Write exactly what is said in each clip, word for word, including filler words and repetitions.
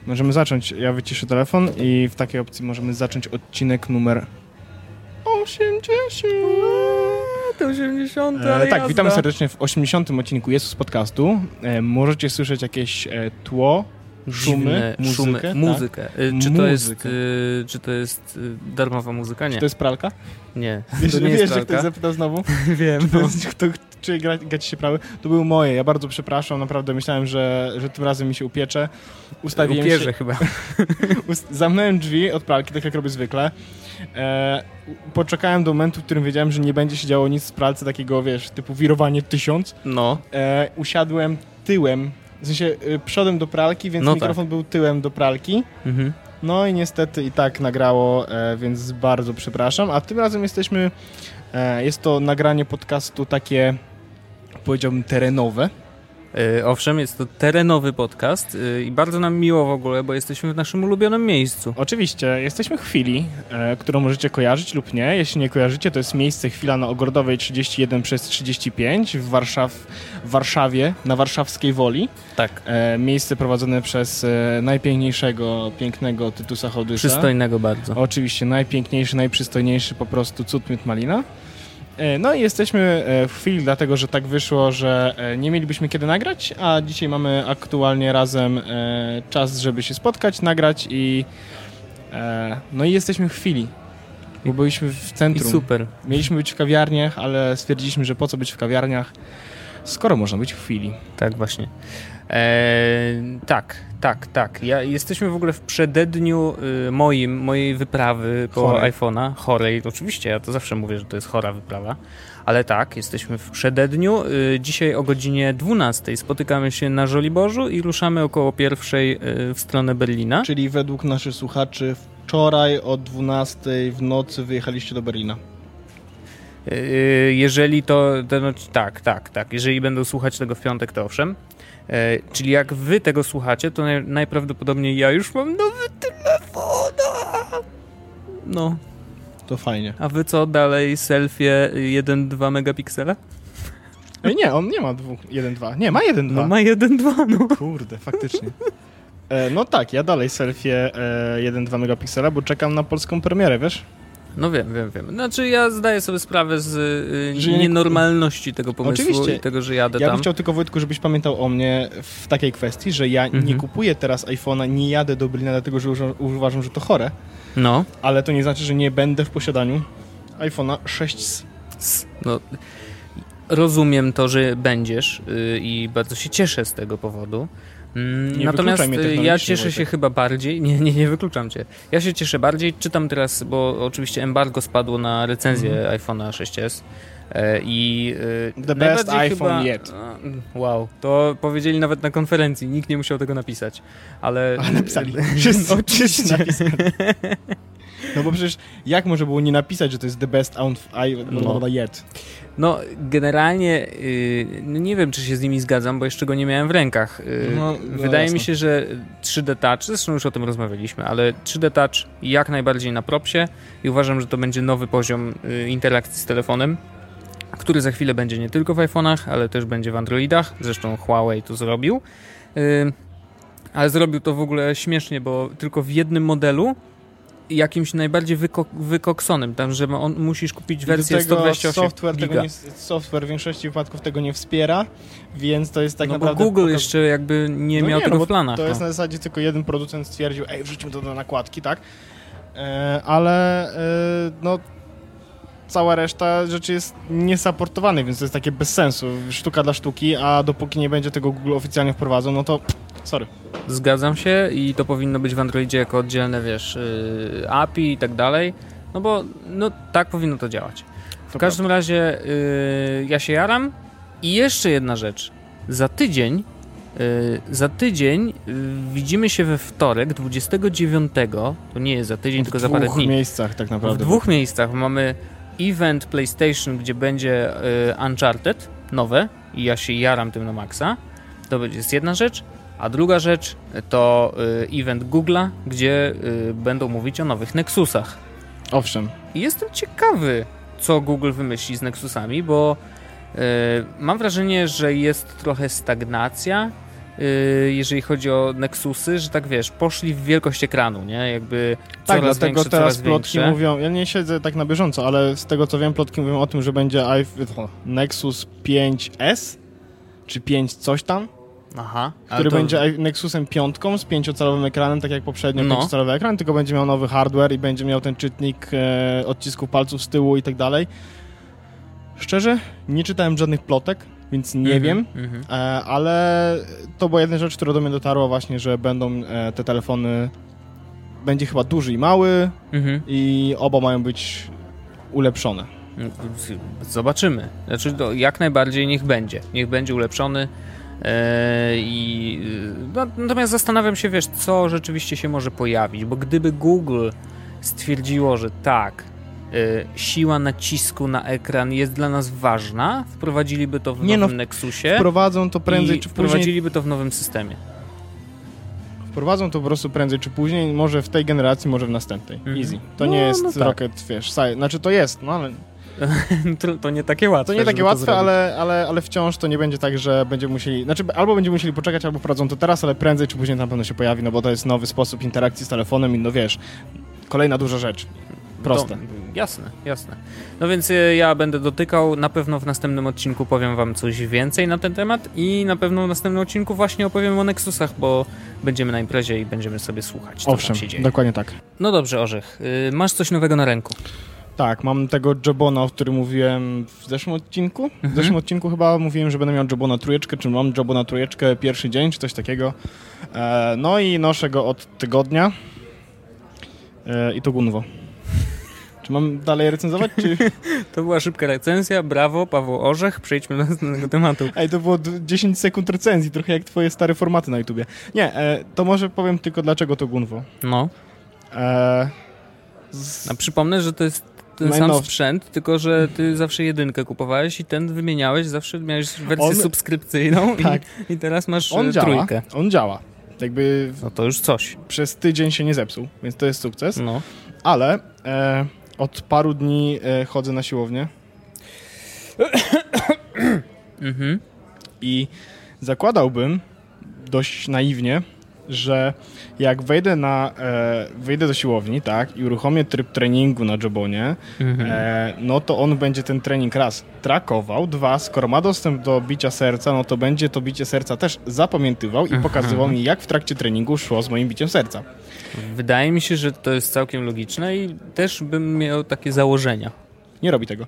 Możemy zacząć, ja wyciszę telefon i w takiej opcji możemy zacząć odcinek numer osiemdziesiąt. To osiemdziesiąt, ale e, Tak, jazda. witamy serdecznie w osiemdziesiątym odcinku Jesus Podcastu. E, możecie słyszeć jakieś e, tło, szumy, Dziwne, muzykę. szumy, tak? muzykę. E, czy, to jest, Muzykę. e, czy to jest e, darmowa muzyka? Nie. Czy to jest pralka? Nie. Wiesz, to nie wiesz jest że ktoś pralka. zapytał znowu? Wiem. To jest, kto, czy gra, gaci się prały? To były moje, ja bardzo przepraszam, naprawdę myślałem, że, że tym razem mi się upiecze. Ustawiłem Upierze się, chyba. ust- zamknąłem drzwi od pralki, tak jak robię zwykle. E, poczekałem do momentu, w którym wiedziałem, że nie będzie się działo nic w pralce takiego, wiesz, typu wirowanie tysiąc. No. E, usiadłem tyłem, w sensie y, przodem do pralki, więc No mikrofon tak. był tyłem do pralki. Mhm. No i niestety i tak nagrało, e, więc bardzo przepraszam. A tym razem jesteśmy, e, jest to nagranie podcastu takie, powiedziałbym, terenowe. E, owszem, jest to terenowy podcast e, i bardzo nam miło w ogóle, bo jesteśmy w naszym ulubionym miejscu. Oczywiście, jesteśmy w Chwili, e, którą możecie kojarzyć lub nie. Jeśli nie kojarzycie, to jest miejsce Chwila na Ogrodowej trzydzieści jeden przez trzydzieści pięć w, Warszaw, w Warszawie, na warszawskiej Woli. Tak. E, miejsce prowadzone przez e, najpiękniejszego, pięknego Tytusa Hołdysa. Przystojnego bardzo. Oczywiście, najpiękniejszy, najprzystojniejszy po prostu cud miód malina. E, No i jesteśmy e, w chwili, dlatego że tak wyszło, że e, nie mielibyśmy kiedy nagrać, a dzisiaj mamy aktualnie razem e, czas, żeby się spotkać, nagrać i e, no i jesteśmy w chwili, bo byliśmy w I centrum. super. Mieliśmy być w kawiarniach, ale stwierdziliśmy, że po co być w kawiarniach, skoro można być w chwili. Tak, właśnie. Eee, tak, tak, tak. Ja, jesteśmy w ogóle w przededniu y, moim, mojej wyprawy po Chorej. iPhone'a. Chorej, oczywiście, ja to zawsze mówię, że to jest chora wyprawa. Ale tak, jesteśmy w przededniu. Y, dzisiaj o godzinie dwunastej spotykamy się na Żoliborzu i ruszamy około pierwszej y, w stronę Berlina. Czyli według naszych słuchaczy wczoraj o dwunastej w nocy wyjechaliście do Berlina. Y, jeżeli to, to no, tak, tak, tak. Jeżeli będą słuchać tego w piątek, to owszem. E, czyli jak wy tego słuchacie, to naj, najprawdopodobniej ja już mam nowy telefon. No, To fajnie. a wy co dalej? Selfie jeden przecinek dwa megapiksela? Ej, nie, on nie ma dwóch, jeden dwa. Nie, ma jeden dwa. No ma jeden przecinek dwa, no. Kurde, faktycznie. E, no tak, ja dalej selfie e, jeden przecinek dwa megapiksela, bo czekam na polską premierę, wiesz? No wiem, wiem, wiem. Znaczy ja zdaję sobie sprawę z y, Że nie- nienormalności tego pomysłu Oczywiście. i tego, że jadę Ja bym tam. chciał tylko, Wojtku, żebyś pamiętał o mnie w takiej kwestii, że ja Mhm. nie kupuję teraz iPhone'a, nie jadę do Berlina, dlatego że uża- uważam, że to chore, No. ale to nie znaczy, że nie będę w posiadaniu iPhone'a sześć S. No, rozumiem to, że będziesz y, i bardzo się cieszę z tego powodu. Mm, Nie Natomiast wykluczaj mnie y, technologicznie, ja cieszę się Wojtek. chyba bardziej, nie, nie, nie wykluczam cię. Ja się cieszę bardziej, czytam teraz, bo oczywiście embargo spadło na recenzję Mhm. iPhone'a sześć S. e, I y, The best najbardziej iPhone chyba, yet. a, Wow, to powiedzieli nawet na konferencji, nikt nie musiał tego napisać. Ale, Ale napisali. Wszyscy, Oczywiście. wszyscy napisali. No bo przecież jak może było nie napisać, że to jest the best iPhone No. yet? No, generalnie yy, no nie wiem, czy się z nimi zgadzam, bo jeszcze go nie miałem w rękach. Yy, No, no wydaje jasne. mi się, że trzy D Touch, zresztą już o tym rozmawialiśmy, ale trzy D Touch jak najbardziej na propsie i uważam, że to będzie nowy poziom yy, interakcji z telefonem, który za chwilę będzie nie tylko w iPhone'ach, ale też będzie w Androidach. Zresztą Huawei to zrobił. Yy, ale zrobił to w ogóle śmiesznie, bo tylko w jednym modelu jakimś najbardziej wyko- wykoksonym, tam, że on musisz kupić wersję Do tego sto dwadzieścia osiem software, tego giga. nie, software w większości wypadków tego nie wspiera, więc to jest tak no naprawdę... bo Google pokaz- jeszcze jakby nie No miał nie, tego no bo w planach. To jest no. na zasadzie tylko jeden producent stwierdził, ej, wrzućmy to do nakładki, tak? E, ale e, no cała reszta rzeczy jest niesaportowanych, więc to jest takie bez sensu. Sztuka dla sztuki, a dopóki nie będzie tego Google oficjalnie wprowadzą, no to sorry. Zgadzam się i to powinno być w Androidzie jako oddzielne, wiesz, yy, A P I i tak dalej, no bo no tak powinno to działać. W To każdym razie yy, ja się jaram i jeszcze jedna rzecz. Za tydzień Yy, za tydzień yy, widzimy się we wtorek, dwudziestego dziewiątego. To nie jest za tydzień, W tylko za parę dwóch dni. miejscach tak W naprawdę. dwóch miejscach mamy event PlayStation, gdzie będzie y, Uncharted nowe i ja się jaram tym na maksa. To będzie jest jedna rzecz. A druga rzecz to y, event Google'a, gdzie y, będą mówić o nowych Nexusach. Owszem. I jestem ciekawy, co Google wymyśli z Nexusami, bo y, mam wrażenie, że jest trochę stagnacja jeżeli chodzi o Nexusy, że tak wiesz, poszli w wielkość ekranu, nie? Jakby tak, coraz dlatego większe, teraz coraz plotki większe. mówią, ja nie siedzę tak na bieżąco, ale z tego co wiem, plotki mówią o tym, że będzie iPhone, Nexus pięć S, czy pięć coś tam, Aha, który to... będzie Nexusem piątką z pięciocalowym ekranem, tak jak poprzednio No. pięciocalowy ekran, tylko będzie miał nowy hardware i będzie miał ten czytnik e, odcisków palców z tyłu i tak dalej. Szczerze, nie czytałem żadnych plotek, więc nie Mhm, wiem, mhm. e, ale to była jedna rzecz, która do mnie dotarła właśnie, że będą e, te telefony, będzie chyba duży i mały Mhm. i oba mają być ulepszone. Zobaczymy. Znaczy, to jak najbardziej niech będzie. Niech będzie ulepszony. Eee, i, no, natomiast zastanawiam się, wiesz, co rzeczywiście się może pojawić, bo gdyby Google stwierdziło, że tak, e, siła nacisku na ekran jest dla nas ważna, wprowadziliby to w Nie nowym no, Nexusie Wprowadzą to prędzej i czy później. wprowadziliby to w nowym systemie. Wprowadzą to po prostu prędzej czy później, może w tej generacji, może w następnej. Mhm. Easy. To No, nie jest no tak. rocket, wiesz, sci- znaczy to jest, no ale to, to nie takie łatwe. to nie takie żeby łatwe, to ale, ale, ale wciąż to nie będzie tak, że będziemy musieli, znaczy albo będziemy musieli poczekać, albo wprowadzą to teraz, ale prędzej czy później na pewno się pojawi, no bo to jest nowy sposób interakcji z telefonem i no wiesz, kolejna duża rzecz. Proste. To, jasne, jasne. No więc y, ja będę dotykał, na pewno w następnym odcinku powiem wam coś więcej na ten temat i na pewno w następnym odcinku właśnie opowiem o Nexusach, bo będziemy na imprezie i będziemy sobie słuchać, co Owszem, tam się dzieje. dokładnie tak. No dobrze, Orzech, y, masz coś nowego na ręku? Tak, mam tego Jobona, o którym mówiłem w zeszłym odcinku. W Mhm. zeszłym odcinku chyba mówiłem, że będę miał Jobona trójeczkę, czy mam Jobona trójeczkę pierwszy dzień, czy coś takiego. E, no i noszę go od tygodnia. E, I to Gunwo. Czy mam dalej recenzować, czy... To była szybka recenzja, brawo, Paweł Orzech, przejdźmy do następnego tematu. Ej, to było d- dziesięć sekund recenzji, trochę jak twoje stare formaty na YouTubie. Nie, e, to może powiem tylko dlaczego to Gunwo. No, E, z... a przypomnę, że to jest ten sam Najnowszy. sprzęt, sprzęt, tylko że ty zawsze jedynkę kupowałeś i ten wymieniałeś, zawsze miałeś wersję On- subskrypcyjną Tak. i, i teraz masz On e, działa, trójkę. on działa. Jakby w- No to już coś. przez tydzień się nie zepsuł, więc to jest sukces. No. Ale e, od paru dni e, chodzę na siłownię Mhm. i zakładałbym dość naiwnie, że jak wejdę na e, wejdę do siłowni, tak, i uruchomię tryb treningu na Jobonie, Mhm. e, no to on będzie ten trening raz trakował, dwa, skoro ma dostęp do bicia serca, no to będzie to bicie serca też zapamiętywał i pokazywał mi, jak w trakcie treningu szło z moim biciem serca. Wydaje mi się, że to jest całkiem logiczne i też bym miał takie założenia. Nie robi tego.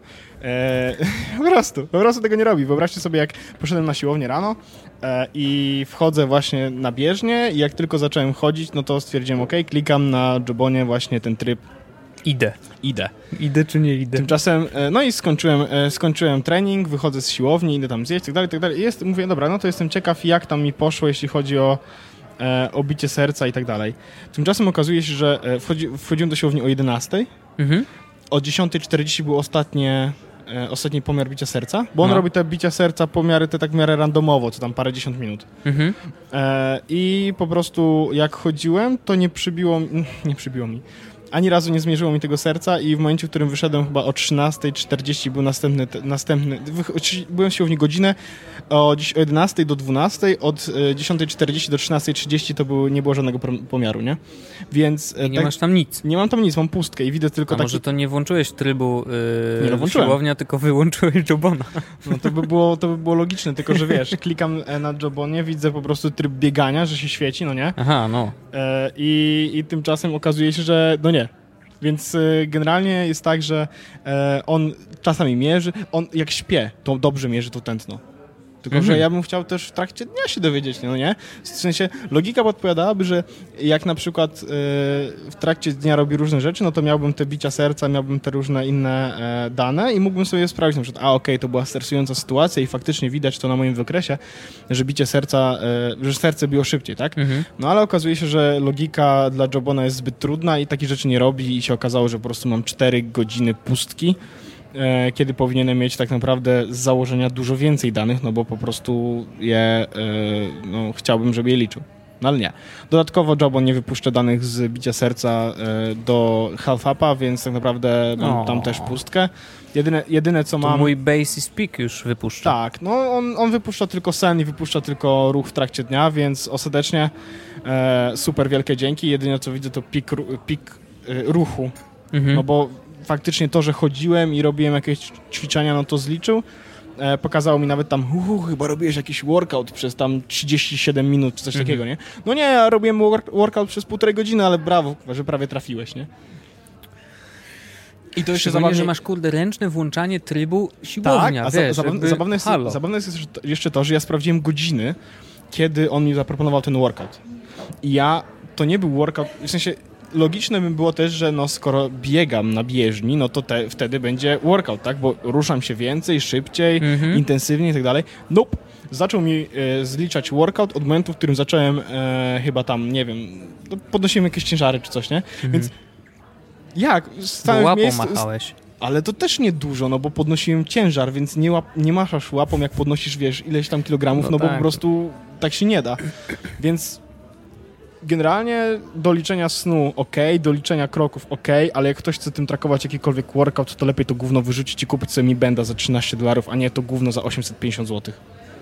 E, po prostu, po prostu tego nie robi. Wyobraźcie sobie, jak poszedłem na siłownię rano e, i wchodzę właśnie na bieżnię i jak tylko zacząłem chodzić, no to stwierdziłem, ok, klikam na Jobonie właśnie ten tryb Idę. idę. Idę czy nie idę? Tymczasem, e, no i skończyłem, e, skończyłem trening, wychodzę z siłowni, idę tam zjeść, tak dalej, tak dalej. I jest, mówię, dobra, no to jestem ciekaw, jak tam mi poszło, jeśli chodzi o, e, o bicie serca i tak dalej. Tymczasem okazuje się, że e, wchodzi, wchodziłem do siłowni o jedenastej. Mhm. O dziesiąta czterdzieści był ostatnie, e, ostatni pomiar bicia serca, bo on No. robi te bicia serca pomiary te tak w miarę randomowo, co tam parę dziesiąt minut. Mhm. E, I po prostu jak chodziłem, to nie przybiło, mi- nie przybiło mi. Ani razu nie zmierzyło mi tego serca i w momencie, w którym wyszedłem chyba o trzynasta czterdzieści był następny, te- następny wych- byłem w siłowni godzinę, o, dziś- o jedenasta do dwunastej, od e, dziesiąta czterdzieści do trzynasta trzydzieści to był, nie było żadnego pro- pomiaru, nie? Więc e, I nie tak, masz tam nic. nie mam tam nic, mam pustkę i widzę tylko A taki... może to nie włączyłeś trybu yy, Nie, no włączyłem. siłownia, tylko wyłączyłeś Jobona. No to by było, to by było logiczne, tylko że wiesz, klikam e, na Jobonie, widzę po prostu tryb biegania, że się świeci, no nie? Aha, no. E, i, I tymczasem okazuje się, że no nie. Więc e, generalnie jest tak, że e, on czasami mierzy, on jak śpię, to dobrze mierzy to tętno. Tylko, Mhm. że ja bym chciał też w trakcie dnia się dowiedzieć, no nie? W sensie logika podpowiadałaby, że jak na przykład e, w trakcie dnia robi różne rzeczy, no to miałbym te bicia serca, miałbym te różne inne e, dane i mógłbym sobie sprawdzić na przykład, a okej, to była stresująca sytuacja i faktycznie widać to na moim wykresie, że bicie serca, e, że serce biło szybciej, tak? Mhm. No ale okazuje się, że logika dla Jobona jest zbyt trudna i takich rzeczy nie robi i się okazało, że po prostu mam cztery godziny pustki, e, kiedy powinienem mieć tak naprawdę z założenia dużo więcej danych, no bo po prostu je, e, no, chciałbym, żeby je liczył. No ale nie. Dodatkowo Jawbone nie wypuszcza danych z bicia serca y, do Health Upa, więc tak naprawdę mam O. tam też pustkę. Jedyne, jedyne co To mam... mój Basis Peak już wypuszcza. Tak, no on, on wypuszcza tylko sen i wypuszcza tylko ruch w trakcie dnia, więc ostatecznie e, super wielkie dzięki. Jedyne co widzę to pik, ru- pik e, ruchu, Mhm. no bo faktycznie to, że chodziłem i robiłem jakieś ćwiczenia, no to zliczył. E, pokazało mi nawet tam, uhu, chyba robiłeś jakiś workout przez tam trzydzieści siedem minut, czy coś Mhm. takiego, nie? No nie, ja robiłem work- workout przez półtorej godziny, ale brawo, że prawie trafiłeś, nie? I to jeszcze Szczególnie, zabawnie... że masz, kurde, ręczne włączanie trybu siłownia, Tak, a za, wiesz, zabawne, jakby, zabawne, jest, halo. zabawne jest jeszcze to, że ja sprawdziłem godziny, kiedy on mi zaproponował ten workout. I ja, to nie był workout, w sensie logiczne by było też, że no skoro biegam na bieżni, no to te, wtedy będzie workout, tak? Bo ruszam się więcej, szybciej, Mhm. intensywniej i tak dalej. Nope. Zaczął mi e, zliczać workout od momentu, w którym zacząłem e, chyba tam, nie wiem, no, podnosiłem jakieś ciężary czy coś, nie? Mhm. Więc jak? Bo Stałem w łapą miejscu, machałeś. ale to też nie dużo, no bo podnosiłem ciężar, więc nie, łap, nie maszasz łapą, jak podnosisz, wiesz, ileś tam kilogramów, no, No bo po tak. prostu tak się nie da. Więc generalnie do liczenia snu ok, do liczenia kroków ok, ale jak ktoś chce tym trakować jakikolwiek workout, to lepiej to gówno wyrzucić i kupić sobie Mi Banda za trzynaście dolarów, a nie to gówno za osiemset pięćdziesiąt złotych.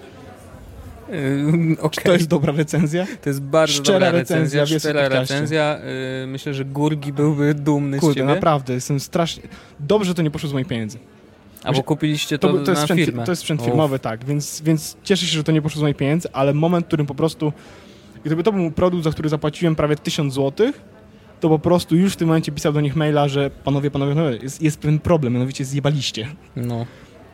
Yy, okay. Czy to jest dobra recenzja? To jest bardzo Szczera dobra recenzja, recenzja, wiesz, w szczera podcaście. recenzja. Yy, myślę, że Gurgi byłby dumny z Kurde, ciebie. naprawdę, jestem strasznie... Dobrze, że to nie poszło z moich pieniędzy. Albo kupiliście to, To, to, jest, na sprzęt, firmę. to jest sprzęt Uf. firmowy, tak, więc, więc cieszę się, że to nie poszło z moich pieniędzy, ale moment, w którym po prostu, gdyby to był produkt, za który zapłaciłem prawie tysiąc złotych, to po prostu już w tym momencie pisał do nich maila, że panowie, panowie, panowie jest, jest pewien problem, mianowicie zjebaliście. No.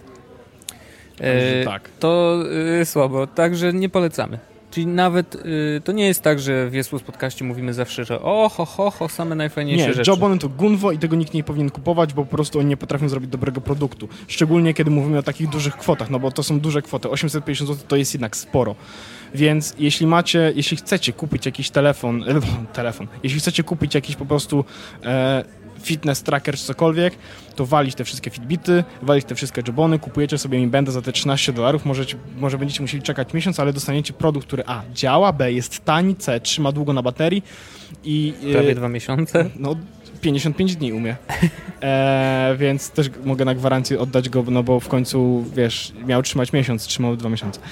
Także E, tak. To y, słabo, także nie polecamy. Czyli nawet y, to nie jest tak, że w Jesłos podcaście mówimy zawsze, że o, ho, ho, ho, same najfajniejsze Nie, rzeczy. Jawbone to gunwo i tego nikt nie powinien kupować, bo po prostu oni nie potrafią zrobić dobrego produktu. Szczególnie kiedy mówimy o takich dużych kwotach, no bo to są duże kwoty. osiemset pięćdziesiąt złotych to jest jednak sporo. Więc jeśli macie, jeśli chcecie kupić jakiś telefon, e, telefon, jeśli chcecie kupić jakiś po prostu e, fitness tracker czy cokolwiek, to walić te wszystkie Fitbity, walić te wszystkie Jawbony, kupujecie sobie Mi Banda za te trzynaście dolarów, możecie, może będziecie musieli czekać miesiąc, ale dostaniecie produkt, który a, działa, b, jest tani, c, trzyma długo na baterii i... e, Prawie dwa miesiące. no, pięćdziesiąt pięć dni umie. E, więc też mogę na gwarancję oddać go, no bo w końcu, wiesz, miał trzymać miesiąc, trzymał dwa miesiące.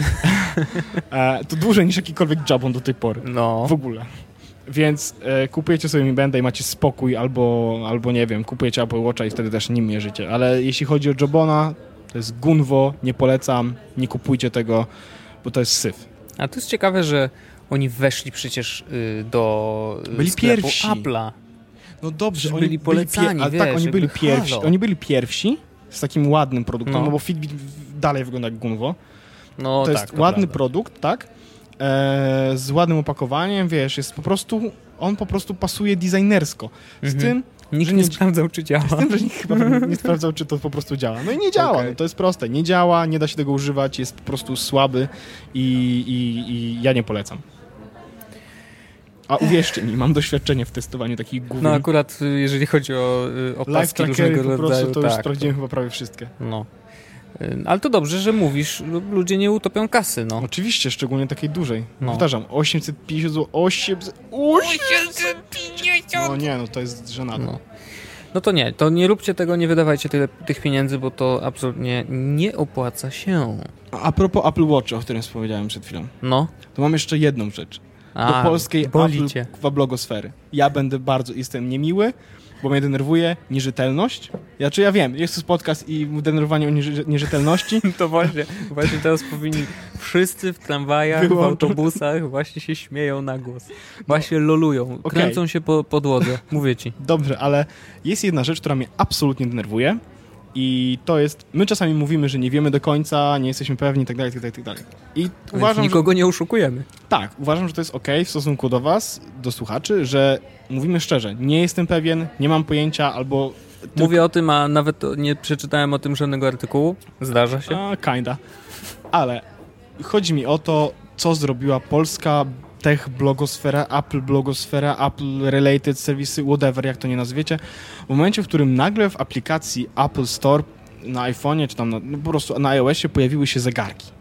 E, to dłużej niż jakikolwiek Jawbone do tej pory. No. W ogóle. Więc e, kupujecie sobie Mi Banda i macie spokój, albo, albo nie wiem, kupujecie Apple Watcha i wtedy też nim mierzycie. Ale jeśli chodzi o Jawbona, to jest gunwo, nie polecam, nie kupujcie tego, bo to jest syf. A to jest ciekawe, że oni weszli przecież y, do y, Byli sklepu pierwsi. Apple'a. No dobrze, Że oni byli polecani, byli ale wiesz, tak, oni byli jakby pierwsi. halo. Oni byli pierwsi z takim ładnym produktem, no, No. bo Fitbit w- dalej wygląda jak gunwo. No to tak, jest to ładny prawda. produkt, tak? E, z ładnym opakowaniem, wiesz, jest po prostu, on po prostu pasuje designersko. Z Mhm. tym, Nikt że nie nie- sprawdzał, czy działa. z tym, że nikt chyba nie, nie sprawdzał, czy to po prostu działa. No i nie działa, Okej. no to jest proste. Nie działa, nie da się tego używać, jest po prostu słaby i, i, i ja nie polecam. A uwierzcie mi, mam doświadczenie w testowaniu takich gówien. No akurat y, jeżeli chodzi o, y, o Live paski trackery różnego po prostu rodzaju, to już tak. sprawdziłem chyba prawie wszystkie. No. Y, Ale to dobrze, że mówisz, lu- ludzie nie utopią kasy, no. Oczywiście, szczególnie takiej dużej. No. Powtarzam, osiemset pięćdziesiąt złotych, osiemset... osiemset pięćdziesiąt! No nie, no to jest żenada. No. No to nie, to nie róbcie tego, nie wydawajcie tyle tych pieniędzy, bo to absolutnie nie opłaca się. A, a propos Apple Watcha, o którym wspomniałem przed chwilą, No. to mam jeszcze jedną rzecz. A, Do polskiej bolicie. Apple blogosfery. Ja będę bardzo, jestem niemiły, bo mnie denerwuje nierzetelność. Ja, czy ja wiem, jest to podcast i denerwowanie o nierze- nierzetelności. To właśnie, właśnie teraz powinni wszyscy w tramwajach, Wyłączą. w autobusach właśnie się śmieją na głos. Właśnie lolują, okej. kręcą się po podłodze, mówię ci. Dobrze, ale jest jedna rzecz, która mnie absolutnie denerwuje i to jest, my czasami mówimy, że nie wiemy do końca, nie jesteśmy pewni itd., itd., itd. I uważam, że nikogo nie oszukujemy. tak, uważam, że to jest okej w stosunku do was, do słuchaczy, że mówimy szczerze, nie jestem pewien, nie mam pojęcia, albo... Tylko... Mówię o tym, a nawet nie przeczytałem o tym żadnego artykułu. Zdarza się. A, kinda. Ale chodzi mi o to, co zrobiła polska tech blogosfera, Apple blogosfera, Apple related serwisy, whatever, jak to nie nazwiecie. W momencie, w którym nagle w aplikacji Apple Store na iPhone'ie, czy tam na, no po prostu na iOSie pojawiły się zegarki.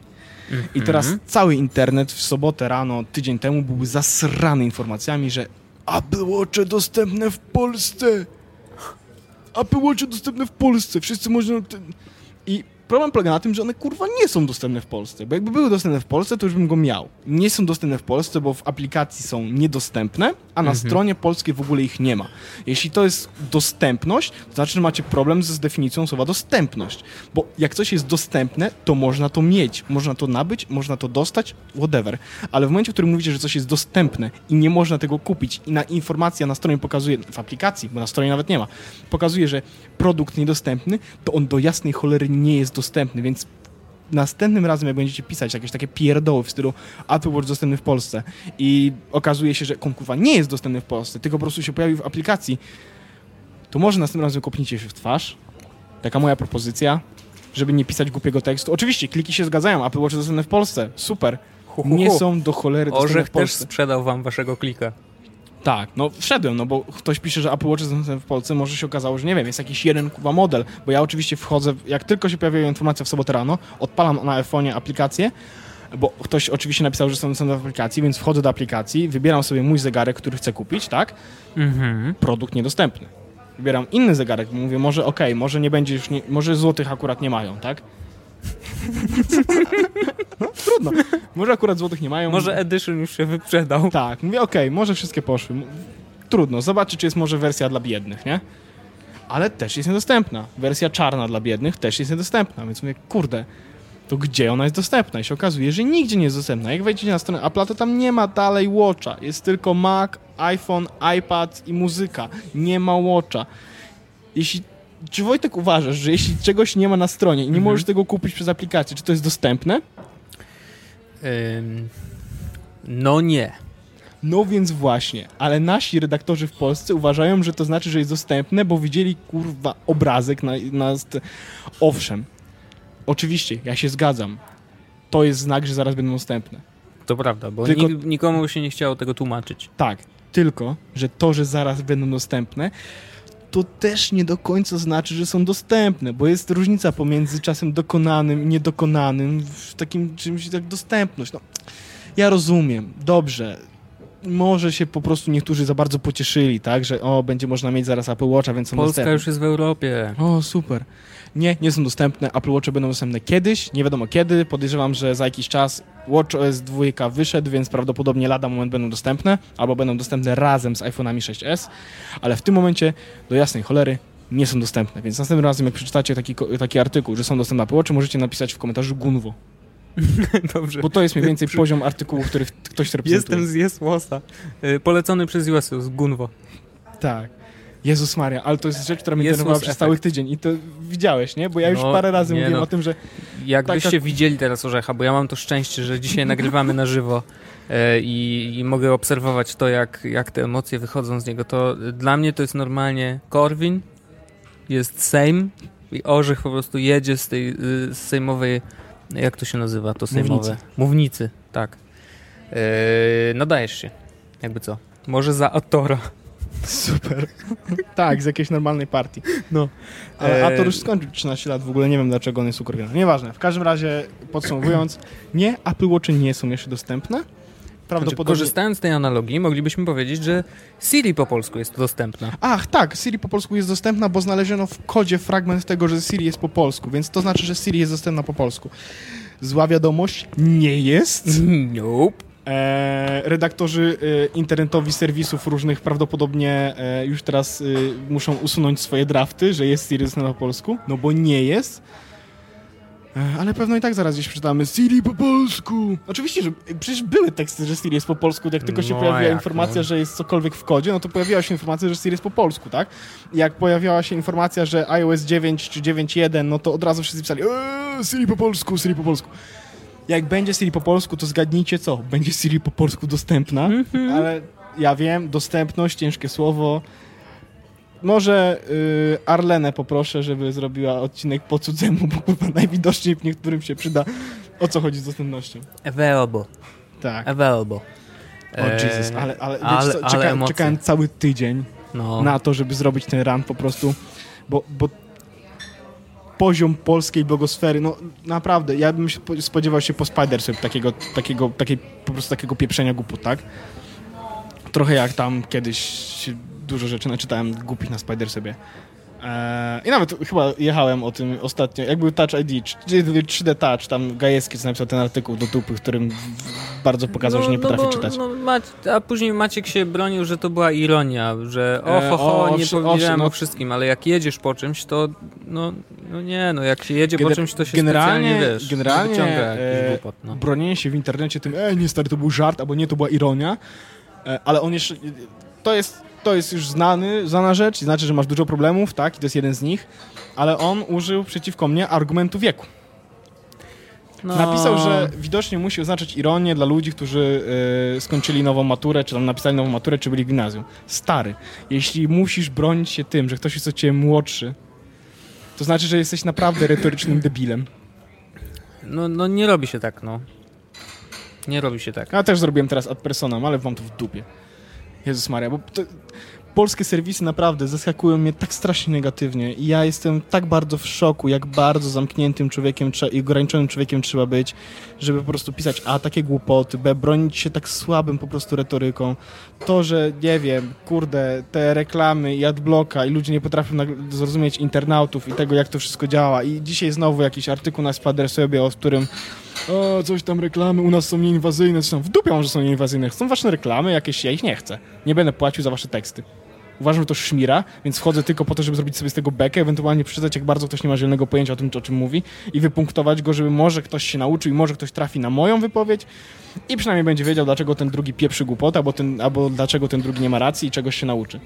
Mm-hmm. I teraz cały internet w sobotę rano, tydzień temu był zasrany informacjami, że Apple Watche dostępne w Polsce. Apple Watche dostępne w Polsce. Wszyscy można... I problem polega na tym, że one kurwa nie są dostępne w Polsce, bo jakby były dostępne w Polsce, to już bym go miał. Nie są dostępne w Polsce, bo w aplikacji są niedostępne, a na mhm. stronie polskiej w ogóle ich nie ma. Jeśli to jest dostępność, to znaczy, że macie problem z definicją słowa dostępność, bo jak coś jest dostępne, to można to mieć, można to nabyć, można to dostać, whatever. Ale w momencie, w którym mówicie, że coś jest dostępne i nie można tego kupić i na informacja na stronie pokazuje, w aplikacji, bo na stronie nawet nie ma, pokazuje, że produkt niedostępny, to on do jasnej cholery nie jest dostępny, więc następnym razem, jak będziecie pisać jakieś takie pierdoły w stylu Apple Watch dostępny w Polsce i okazuje się, że on kurwa nie jest dostępny w Polsce, tylko po prostu się pojawił w aplikacji, to może następnym razem kopnijcie się w twarz. Taka moja propozycja, żeby nie pisać głupiego tekstu. Oczywiście, kliki się zgadzają, Apple Watch dostępny w Polsce, super. Hu, hu, hu. Nie są do cholery dostępne Orzech w Polsce. też sprzedał wam waszego klika. Tak, no wszedłem, no bo ktoś pisze, że Apple Watch jest dostępny w Polsce, może się okazało, że nie wiem, jest jakiś jeden kuba model, bo ja oczywiście wchodzę, jak tylko się pojawiła informacja w sobotę rano, odpalam na iPhone'ie aplikację, bo ktoś oczywiście napisał, że są dostępne w aplikacji, więc wchodzę do aplikacji, wybieram sobie mój zegarek, który chcę kupić, tak? Mhm. Produkt niedostępny. Wybieram inny zegarek, mówię, może okej, okay, może nie będzie już, nie, może złotych akurat nie mają, tak? No, trudno. Może akurat złotych nie mają. Może Edition już się wyprzedał. Tak, mówię, okej, okay, może wszystkie poszły. Trudno, zobaczyć, czy jest może wersja dla biednych, nie? Ale też jest niedostępna. Wersja czarna dla biednych też jest niedostępna, więc mówię, kurde, to gdzie ona jest dostępna? I się okazuje, że nigdzie nie jest dostępna. Jak wejdziecie na stronę Apple'a, to tam nie ma dalej Watcha. Jest tylko Mac, iPhone, iPad i muzyka. Nie ma Watcha. Jeśli Czy Wojtek uważasz, że jeśli czegoś nie ma na stronie i nie mhm. możesz tego kupić przez aplikację, czy to jest dostępne? Ym, no nie. No więc właśnie, ale nasi redaktorzy w Polsce uważają, że to znaczy, że jest dostępne, bo widzieli kurwa obrazek na, na st- Owszem, oczywiście, ja się zgadzam. To jest znak, że zaraz będą dostępne. To prawda, bo tylko... nik- nikomu się nie chciało tego tłumaczyć. Tak, tylko, że to, że zaraz będą dostępne, to też nie do końca znaczy, że są dostępne, bo jest różnica pomiędzy czasem dokonanym i niedokonanym w takim czymś jak dostępność. No, ja rozumiem, dobrze, może się po prostu niektórzy za bardzo pocieszyli, tak, że o, będzie można mieć zaraz Apple Watcha, więc są Polska dostępne. już jest w Europie. O, super. Nie, nie są dostępne. Apple Watche będą dostępne kiedyś, nie wiadomo kiedy. Podejrzewam, że za jakiś czas WatchOS dwa wyszedł, więc prawdopodobnie lada moment będą dostępne, albo będą dostępne razem z iPhone'ami sześć es, ale w tym momencie, do jasnej cholery, nie są dostępne. Więc następnym razem, jak przeczytacie taki, taki artykuł, że są dostępne Apple Watche, możecie napisać w komentarzu Gunwo. Dobrze. Bo to jest mniej więcej poziom artykułu, który ktoś reprezentuje. Jestem z Jesłosa. Yy, polecony przez Jezus, Gunwo. Tak. Jezus Maria, ale to jest rzecz, która mnie denerwowała przez cały tydzień i to widziałeś, nie? Bo ja już no, parę razy mówiłem no. o tym, że... Jakbyście taka... widzieli teraz Orzecha, bo ja mam to szczęście, że dzisiaj nagrywamy na żywo e, i, i mogę obserwować to, jak, jak te emocje wychodzą z niego, to dla mnie to jest normalnie Korwin, jest Sejm i Orzech po prostu jedzie z tej z sejmowej, jak to się nazywa, to sejmowe? Mównicy. Mównicy, tak. E, nadajesz się, jakby co. Może za Atora. Super. Tak, z jakiejś normalnej partii. No. Ale Ator już skończył trzynaście lat, w ogóle nie wiem, dlaczego on jest ukorwiony. Nieważne. W każdym razie, podsumowując, nie, Apple Watche nie są jeszcze dostępne. Prawdopodobnie... Znaczy, korzystając z tej analogii, moglibyśmy powiedzieć, że Siri po polsku jest dostępna. Ach, tak, Siri po polsku jest dostępna, bo znaleziono w kodzie fragment tego, że Siri jest po polsku, więc to znaczy, że Siri jest dostępna po polsku. Zła wiadomość, nie jest. Nope. E, redaktorzy e, internetowi serwisów różnych prawdopodobnie e, już teraz e, muszą usunąć swoje drafty, że jest Siri dostępna po polsku, no bo nie jest. E, ale pewno i tak zaraz gdzieś przeczytamy Siri po polsku. Oczywiście, że przecież były teksty, że Siri jest po polsku, jak tylko no, się pojawiła jak, informacja, no. że jest cokolwiek w kodzie, no to pojawiła się informacja, że Siri jest po polsku, tak? Jak pojawiała się informacja, że iOS dziewięć czy dziewięć jeden, no to od razu wszyscy pisali eee, Siri po polsku, Siri po polsku. Jak będzie Siri po polsku, to zgadnijcie co? Będzie Siri po polsku dostępna, mm-hmm. ale ja wiem, dostępność, ciężkie słowo. Może yy, Arlenę poproszę, żeby zrobiła odcinek po cudzemu, bo chyba najwidoczniej w niektórym się przyda, o co chodzi z dostępnością. Available. Tak. Available. O eee, Jesus, ale, ale, ale, co, czekałem, ale czekałem cały tydzień no. na to, żeby zrobić ten run po prostu, bo... bo poziom polskiej blogosfery, no naprawdę, ja bym się spodziewał się po Spider-Swap takiego, takiego, takiej, po prostu takiego pieprzenia głupot, tak? Trochę jak tam kiedyś dużo rzeczy naczytałem głupich na Spider-Swapie. Eee, I nawet chyba jechałem o tym ostatnio, jak był Touch I D, trzy D Touch, tam Gajewski napisał ten artykuł do dupy, w którym bardzo pokazał, no, że nie potrafi no bo, czytać. No, Mac- a później Maciek się bronił, że to była ironia, że o, ho, ho, eee, nie o, powiedziałem o, o wszystkim, ale jak jedziesz po czymś, to no, no nie, no jak się jedzie Gener- po czymś, to się generalnie, specjalnie, wiesz, generalnie wyciąga jakiś głupot, no. Bronienie się w internecie tym, ej, nie stary, to był żart, albo nie, to była ironia, e, ale on jeszcze, to jest To jest już znany, znana rzecz, znaczy, że masz dużo problemów, tak, i to jest jeden z nich, ale on użył przeciwko mnie argumentu wieku. No. Napisał, że widocznie musi oznaczać ironię dla ludzi, którzy y, skończyli nową maturę, czy tam napisali nową maturę, czy byli w gimnazjum. Stary, jeśli musisz bronić się tym, że ktoś jest od ciebie młodszy, to znaczy, że jesteś naprawdę retorycznym debilem. No, no nie robi się tak, no. Nie robi się tak. Ja też zrobiłem teraz ad personam, ale mam to w dupie. Jezus Maria, bo to, polskie serwisy naprawdę zaskakują mnie tak strasznie negatywnie i ja jestem tak bardzo w szoku, jak bardzo zamkniętym człowiekiem trze- i ograniczonym człowiekiem trzeba być, żeby po prostu pisać a, takie głupoty, b, bronić się tak słabym po prostu retoryką. To, że nie wiem, kurde, te reklamy i adblocka i ludzie nie potrafią nag- zrozumieć internautów i tego, jak to wszystko działa i dzisiaj znowu jakiś artykuł na Spider-Swapie, o którym o, coś tam reklamy u nas są nieinwazyjne, coś tam w dupie mam, że są nieinwazyjne. Są wasze reklamy jakieś, ja ich nie chcę. Nie będę płacił za wasze teksty. Uważam, że to szmira, więc wchodzę tylko po to, żeby zrobić sobie z tego bekę, ewentualnie przeczytać, jak bardzo ktoś nie ma zielonego pojęcia o tym, o czym mówi i wypunktować go, żeby może ktoś się nauczył i może ktoś trafi na moją wypowiedź i przynajmniej będzie wiedział, dlaczego ten drugi pieprzy głupotę, albo, ten, albo dlaczego ten drugi nie ma racji i czegoś się nauczy.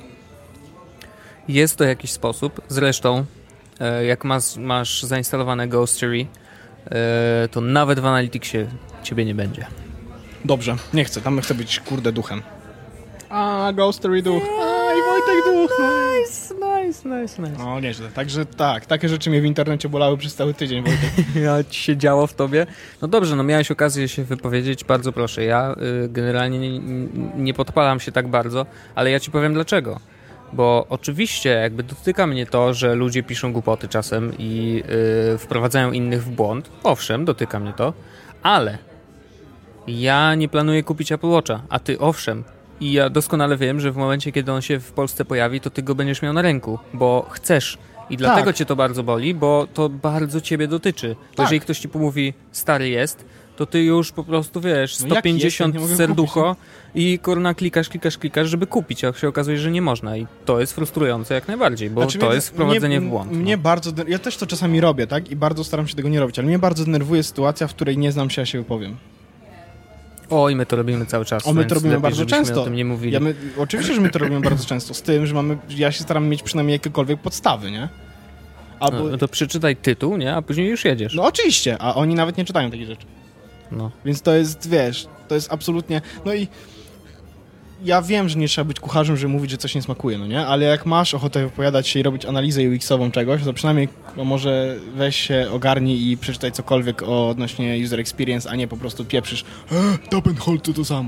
Jest to jakiś sposób. Zresztą, jak masz, masz zainstalowane Ghostery, to nawet w Analyticsie ciebie nie będzie. Dobrze, nie chcę, tam chcę być kurde duchem. A, Ghostery duch. A, i Wojtek duch. Nice, nice, nice, nice. O, nieźle. Także tak, takie rzeczy mnie w internecie bolały przez cały tydzień, Wojtek. Ja ci się działo w tobie. No dobrze, no miałeś okazję się wypowiedzieć, bardzo proszę. Ja y, generalnie nie, nie podpalam się tak bardzo, ale ja ci powiem dlaczego. Bo oczywiście jakby dotyka mnie to, że ludzie piszą głupoty czasem i yy, wprowadzają innych w błąd. Owszem, dotyka mnie to, ale ja nie planuję kupić Apple Watcha, a ty owszem. I ja doskonale wiem, że w momencie, kiedy on się w Polsce pojawi, to ty go będziesz miał na ręku, bo chcesz. I dlatego tak. cię to bardzo boli, bo to bardzo ciebie dotyczy. Tak. Bo jeżeli ktoś ci pomówi, stary jest, to ty już po prostu, wiesz, sto pięćdziesiąt no serducho kupić, i kurna klikasz, klikasz, klikasz, żeby kupić, a się okazuje, że nie można i to jest frustrujące jak najbardziej, bo znaczy, to mnie, jest wprowadzenie mnie, w błąd. Mnie no. bardzo, ja też to czasami robię, tak? I bardzo staram się tego nie robić, ale mnie bardzo denerwuje sytuacja, w której nie znam się, a się wypowiem. O, i my to robimy cały czas. O, my to robimy lepiej, bardzo często. O tym nie mówili. Ja my, oczywiście, że my to robimy bardzo często, z tym, że mamy, ja się staram mieć przynajmniej jakiekolwiek podstawy, nie? Albo... No, no to przeczytaj tytuł, nie? A później już jedziesz. No oczywiście, a oni nawet nie czytają takich rzeczy. No. Więc to jest, wiesz, to jest absolutnie... No i ja wiem, że nie trzeba być kucharzem, żeby mówić, że coś nie smakuje, no nie? Ale jak masz ochotę wypowiadać się i robić analizę U X-ową czegoś, to przynajmniej no może weź się, ogarnij i przeczytaj cokolwiek o odnośnie user experience, a nie po prostu pieprzysz e, top and hold to to samo.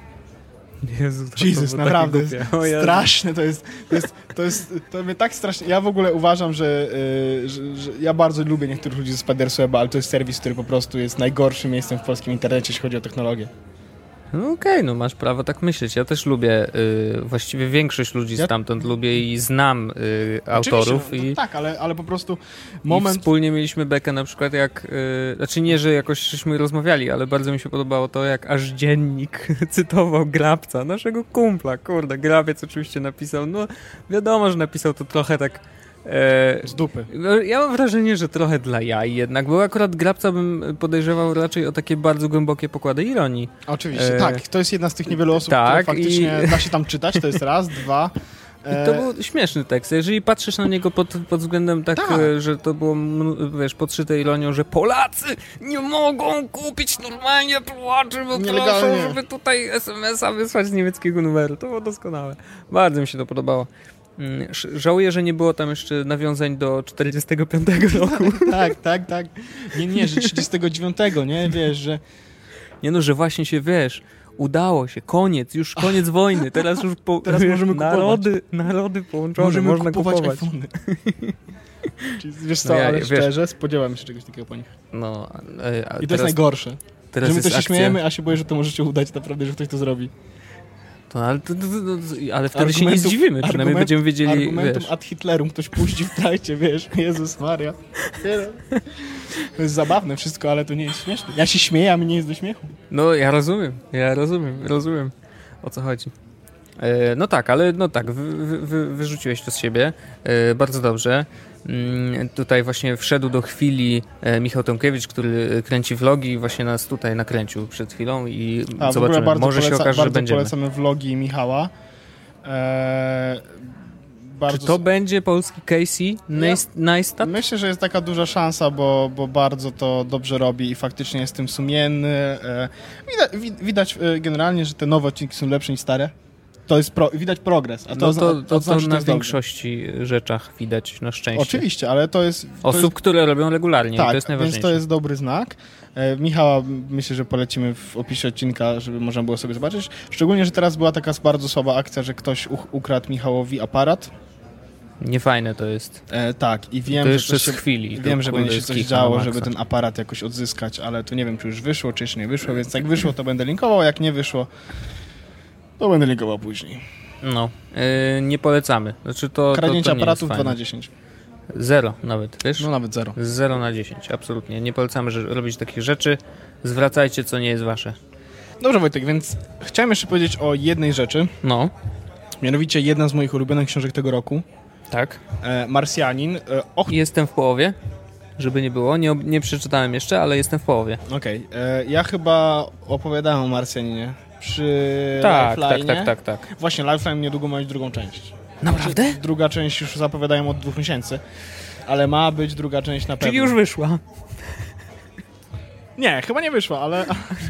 Jezu, to Jesus, to naprawdę straszne to jest, to jest, to jest, to mnie tak strasznie, ja w ogóle uważam, że, yy, że, że ja bardzo lubię niektórych ludzi ze Spider-Swaba, ale to jest serwis, który po prostu jest najgorszym miejscem w polskim internecie, jeśli chodzi o technologię. No okej, okay, no masz prawo tak myśleć. Ja też lubię, yy, właściwie większość ludzi ja... stamtąd lubię i znam yy, autorów. No, i tak, ale, ale po prostu moment... I wspólnie mieliśmy bekę na przykład jak, yy, znaczy nie, że jakoś żeśmy rozmawiali, ale bardzo mi się podobało to, jak aż dziennik cytował Grabca, naszego kumpla, kurde, Grabiec oczywiście napisał, no wiadomo, że napisał to trochę tak z dupy. Ja mam wrażenie, że trochę dla jaj jednak, bo akurat Grabca bym podejrzewał raczej o takie bardzo głębokie pokłady ironii. Oczywiście, e... tak. To jest jedna z tych niewielu osób, tak, które faktycznie i... da się tam czytać, to jest raz, dwa... I to był śmieszny tekst. Jeżeli patrzysz na niego pod, pod względem tak, tak, że to było, wiesz, podszyte ironią, że Polacy nie mogą kupić normalnie płaczy, bo proszą, żeby tutaj es em es a wysłać z niemieckiego numeru. To było doskonałe. Bardzo mi się to podobało. Żałuję, że nie było tam jeszcze nawiązań do czterdziestego piątego roku. Tak, tak, tak. Nie, nie, że trzydziestego dziewiątego, nie? Wiesz, że... Nie no, że właśnie się, wiesz, udało się, koniec, już koniec wojny, teraz już po, teraz wiesz, możemy narody, narody połączone, możemy można kupować. kupować. iPhony. Czyli, wiesz co, No ja- ale wiesz- szczerze, spodziewałem się czegoś takiego po nich. No, e, a I to teraz, jest najgorsze. teraz że my jest to się akcja. śmiejemy, a się boję, że to może się udać naprawdę, że ktoś to zrobi. To, ale, to, to, to, ale wtedy się nie Argumentów- zdziwimy, przynajmniej argument- będziemy wiedzieli, Argumentum wiesz. ad Hitlerum ktoś puści w trakcie, wiesz, Jezus Maria. Nie no. To jest zabawne wszystko, ale to nie jest śmieszne. Ja się śmieję, a mi nie jest do śmiechu. No, ja rozumiem, ja rozumiem, rozumiem, o co chodzi. E, no tak, ale no tak, wy, wy, wy, wyrzuciłeś to z siebie, e, bardzo dobrze. Mm, tutaj właśnie wszedł do chwili e, Michał Tomkiewicz, który kręci vlogi i właśnie nas tutaj nakręcił przed chwilą i A, w ogóle zobaczymy, bardzo może poleca, się okaże, że bardzo będziemy. polecamy vlogi Michała. Eee, bardzo Czy to będzie polski Casey Neist- Neistat? Myślę, że jest taka duża szansa, bo, bo bardzo to dobrze robi i faktycznie jest tym sumienny. E, widać, wi- widać e, generalnie, że te nowe odcinki są lepsze niż stare. To jest pro, widać progres. A to, No zna- to, to, to, znaczy, że na jest dobrze. większości rzeczach widać, na szczęście. Oczywiście, ale to jest... To Osób, jest, które robią regularnie, tak, i to jest najważniejsze. więc to jest dobry znak. E, Michała myślę, że polecimy w opisie odcinka, żeby można było sobie zobaczyć. Szczególnie, że teraz była taka bardzo słaba akcja, że ktoś u- ukradł Michałowi aparat. Niefajne to jest. E, tak, i wiem, to że jeszcze coś z się, chwili. wiem, to, że kurde, będzie się jest coś kicha działo, na żeby maksa. ten aparat jakoś odzyskać, ale to nie wiem, czy już wyszło, czy jeszcze nie wyszło, więc jak wyszło, to będę linkował, jak nie wyszło, to będę linkował później. No, yy, nie polecamy. Znaczy to, Kradnięcie to, to nie aparatów jest dwa na fajne. dziesięć. Zero nawet, wiesz? No nawet zero. zero na dziesięć, absolutnie. Nie polecamy że robić takich rzeczy. Zwracajcie, co nie jest wasze. Dobrze, Wojtek, więc chciałem jeszcze powiedzieć o jednej rzeczy, No, mianowicie jedna z moich ulubionych książek tego roku, tak. e, Marsjanin. E, och, Jestem w połowie, żeby nie było. Nie, nie przeczytałem jeszcze, ale jestem w połowie. okej, e, ja chyba opowiadałem o Marsjaninie przy Tak, tak, Lifeline'ie. tak, tak, tak. Właśnie, Lifeline niedługo ma mieć drugą część. Naprawdę? Znaczy, druga część już zapowiadają od dwóch miesięcy, ale ma być druga część na pewno. Czyli już wyszła. Nie, chyba nie wyszła, ale...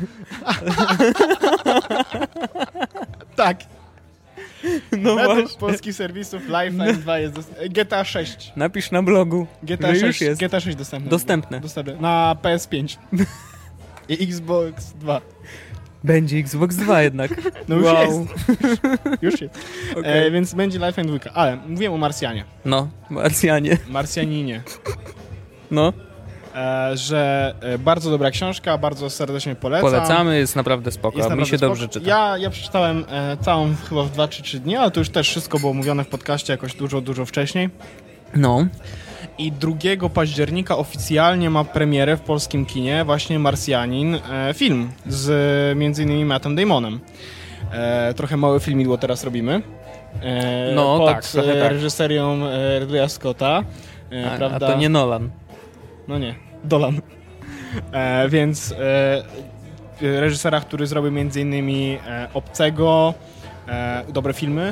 tak. No Według właśnie. polskich serwisów Lifeline dwa jest dostępny. G T A sześć. Napisz na blogu, G T A że sześć, już jest G T A sześć dostępne. dostępne. Dostępne. Na P S pięć. I Xbox dwa. Będzie Xbox dwa jednak. No już Wow. jest. Już jest. Okay. E, więc będzie Lifeline dwa. Ale mówiłem o Marsjanie. No, Marsjanie. Marsjaninie. No, E, że e, bardzo dobra książka, bardzo serdecznie polecam. polecamy, jest naprawdę spoko. Jest Mi naprawdę się spoko. dobrze czyta. Ja, ja przeczytałem e, całą chyba w dwa czy trzy dni, ale to już też wszystko było mówione w podcaście jakoś dużo, dużo wcześniej. No, I drugiego października oficjalnie ma premierę w polskim kinie właśnie Marsjanin, e, film z między innymi Mattem Damonem. E, trochę mały filmidło teraz robimy. E, No, pod tak, trochę e, tak. reżyserią e, Ridleya Scotta. E, a, prawda? a to nie Nolan. No nie, Dolan. E, więc e, reżysera, który zrobił między innymi e, Obcego, e, dobre filmy.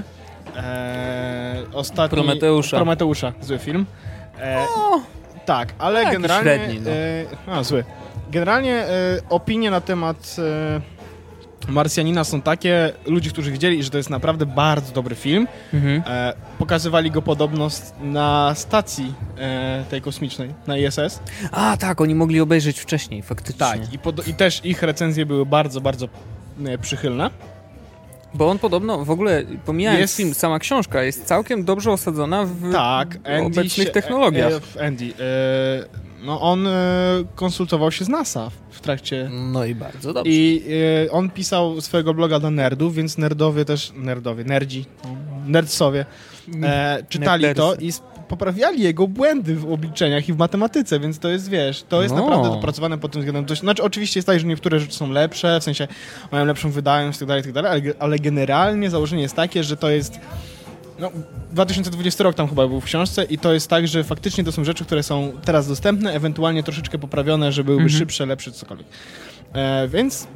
E, ostatni, Prometeusza. Prometeusza, zły film. E, O, tak, ale taki generalnie... średni, no. E, a, zły. Generalnie e, opinie na temat e, Marsjanina są takie, ludzi, którzy widzieli, że to jest naprawdę bardzo dobry film. mhm. E, pokazywali go podobno s- na stacji e, tej kosmicznej, na I S S. A tak, oni mogli obejrzeć wcześniej, faktycznie. Tak, i, pod, i też ich recenzje były bardzo, bardzo e, przychylne. Bo on podobno, w ogóle pomijając Jest- film, sama książka jest całkiem dobrze osadzona w Tak, Andy obecnych się- technologiach. E, e, Andy, e, no on e, konsultował się z NASA w trakcie... No i bardzo dobrze. I e, on pisał swojego bloga dla nerdów, więc nerdowie też, nerdowie, nerdzi, no, nerdsowie, e, czytali to Nerdersy. i sp- poprawiali jego błędy w obliczeniach i w matematyce, więc to jest, wiesz, to jest No. naprawdę dopracowane pod tym względem. Dość, znaczy oczywiście jest tak, że niektóre rzeczy są lepsze, w sensie mają lepszą wydajność i tak dalej, i tak dalej, ale, ale generalnie założenie jest takie, że to jest no, dwa tysiące dwudziesty rok tam chyba był w książce i to jest tak, że faktycznie to są rzeczy, które są teraz dostępne, ewentualnie troszeczkę poprawione, że byłyby Mhm. szybsze, lepsze, cokolwiek. E, więc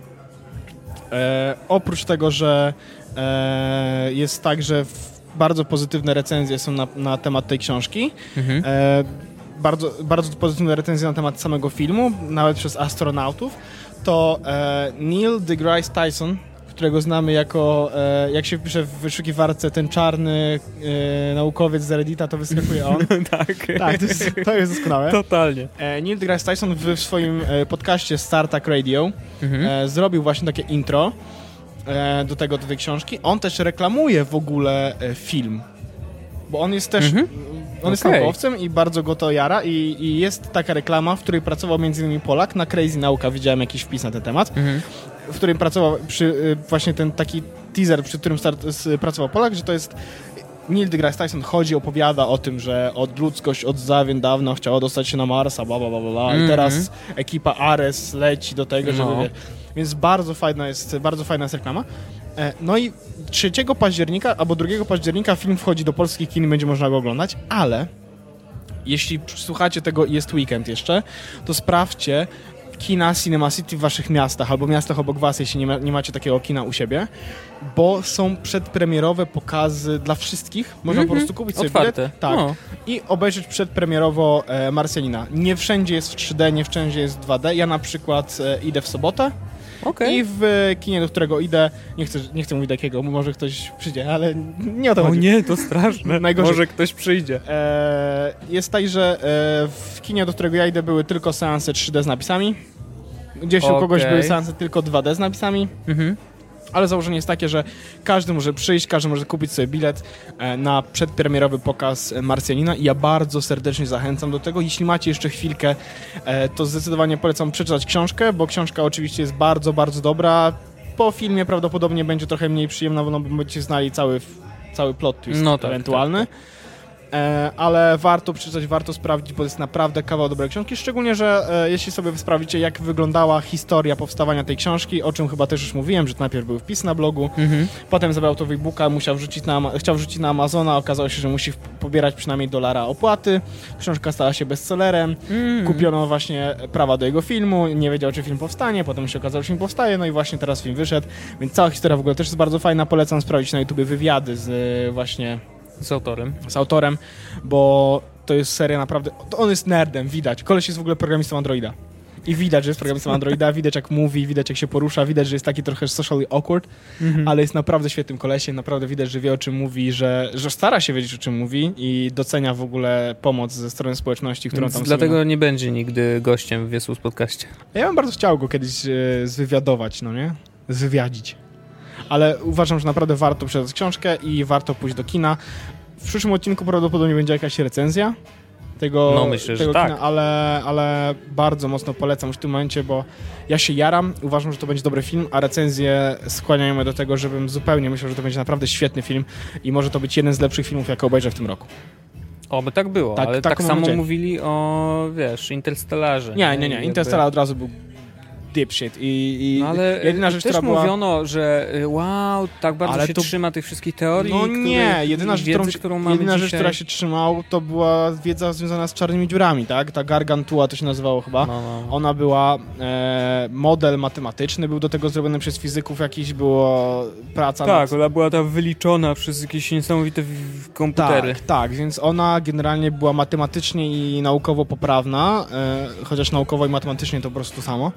e, oprócz tego, że e, jest tak, że w, bardzo pozytywne recenzje są na, na temat tej książki, Mhm. e, bardzo, bardzo pozytywne recenzje na temat samego filmu, nawet przez astronautów, to e, Neil deGrasse Tyson, którego znamy jako, e, jak się wpisze w wyszukiwarce, ten czarny e, naukowiec z Reddita, to wyskakuje on. tak. Tak, to jest, to jest doskonałe. Totalnie. E, Neil deGrasse Tyson w, w swoim e, podcaście StarTAC Radio Mhm. e, zrobił właśnie takie intro e, do tego, do tej książki. On też reklamuje w ogóle e, film, bo on jest też... Mhm. On jest Okej. naukowcem i bardzo go to jara i, i jest taka reklama, w której pracował między innymi Polak na Crazy Nauka, widziałem jakiś wpis na ten temat, Mhm. w którym pracował przy y, właśnie ten taki teaser, przy którym start, s, pracował Polak, że to jest Neil deGrasse Tyson chodzi, opowiada o tym, że od ludzkość od dawien dawno chciała dostać się na Marsa, bla, bla, bla, bla, bla. Mhm. I teraz ekipa Ares leci do tego, żeby... No. Więc bardzo fajna jest, bardzo fajna jest reklama. E, No i trzeciego października albo drugiego października film wchodzi do polskich kin i będzie można go oglądać, ale jeśli słuchacie tego i jest weekend jeszcze, to sprawdźcie kina Cinema City w waszych miastach albo miastach obok was, jeśli nie, ma, nie macie takiego kina u siebie, bo są przedpremierowe pokazy dla wszystkich. Można Mhm. po prostu kupić sobie Otwarte. bilet tak, No. i obejrzeć przedpremierowo e, Marsjanina. Nie wszędzie jest w trzy D, nie wszędzie jest w dwa D. Ja na przykład e, idę w sobotę Okej. i w e, kinie, do którego idę, nie chcę, nie chcę mówić takiego, może ktoś przyjdzie, ale nie o to O chodzi. nie, to straszne. Najgorzej. Może ktoś przyjdzie. E, jest tak, że e, w kinie, do którego ja idę, były tylko seanse trzy D z napisami. Gdzieś u Okej. kogoś były seanse tylko dwa D z napisami. Mhm. Ale założenie jest takie, że każdy może przyjść, każdy może kupić sobie bilet e, na przedpremierowy pokaz e, Marsjanina i ja bardzo serdecznie zachęcam do tego. Jeśli macie jeszcze chwilkę, e, to zdecydowanie polecam przeczytać książkę, bo książka oczywiście jest bardzo, bardzo dobra. Po filmie prawdopodobnie będzie trochę mniej przyjemna, bo no, będziecie znali cały, cały plot twist No tak, ewentualny. tak, E, ale warto przeczytać, warto sprawdzić, bo to jest naprawdę kawał dobrej książki, szczególnie, że e, jeśli sobie sprawdzicie, jak wyglądała historia powstawania tej książki, o czym chyba też już mówiłem, że to najpierw był wpis na blogu, Mhm. potem zabrał to w e-booka, musiał wrzucić na, chciał wrzucić na Amazona, okazało się, że musi pobierać przynajmniej dolara opłaty, książka stała się bestsellerem, Mm. kupiono właśnie prawa do jego filmu, nie wiedział, czy film powstanie, potem się okazało, że film powstaje, no i właśnie teraz film wyszedł, więc cała historia w ogóle też jest bardzo fajna, polecam sprawdzić na YouTube wywiady z e, właśnie Z autorem. z autorem, bo to jest seria naprawdę... To on jest nerdem, widać. Koleś jest w ogóle programistą Androida. I widać, że jest programistą Androida, widać jak mówi, widać jak się porusza, widać, że jest taki trochę socially awkward, Mhm. ale jest naprawdę świetnym kolesiem, naprawdę widać, że wie o czym mówi, że, że stara się wiedzieć o czym mówi i docenia w ogóle pomoc ze strony społeczności, którą Więc tam dlatego sobie... nie będzie nigdy gościem w Wiesus Podcaście. Ja bym bardzo chciał go kiedyś e, zwywiadować, no nie? Zwywiadzić. Ale uważam, że naprawdę warto przeczytać książkę i warto pójść do kina. W przyszłym odcinku prawdopodobnie będzie jakaś recenzja tego, No, myślę, że tego tak. kina, ale, ale bardzo mocno polecam już w tym momencie, bo ja się jaram, uważam, że to będzie dobry film, a recenzje skłaniają mnie do tego, żebym zupełnie myślał, że to będzie naprawdę świetny film i może to być jeden z lepszych filmów, jakie obejrzę w tym roku. Oby tak było, Tak- ale taką tak mam samo nadzieję. mówili o, wiesz, Interstellarze. Nie, nie, nie, Jakby- Interstellar od razu był dipshit i, i No ale jedyna rzecz, też która była... mówiono, że y, wow, tak bardzo Ale się to- trzyma tych wszystkich teorii, No które, nie, jedyna rzecz, wiedzy, którą, którą mamy jedyna rzecz, dzisiaj. która się trzymał, to była wiedza związana z czarnymi dziurami, tak? Ta Gargantua to się nazywało chyba. No, no. Ona była, e, model matematyczny był do tego zrobiony przez fizyków, jakiś było praca Tak, nad... ona była tam wyliczona przez jakieś niesamowite w- w komputery. Tak, tak, więc ona generalnie była matematycznie i naukowo poprawna, e, chociaż naukowo i matematycznie to po prostu to samo,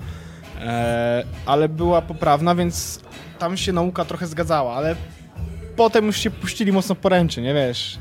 e, ale była poprawna, więc tam się nauka trochę zgadzała, ale potem już się puścili mocno poręczy, nie wiesz?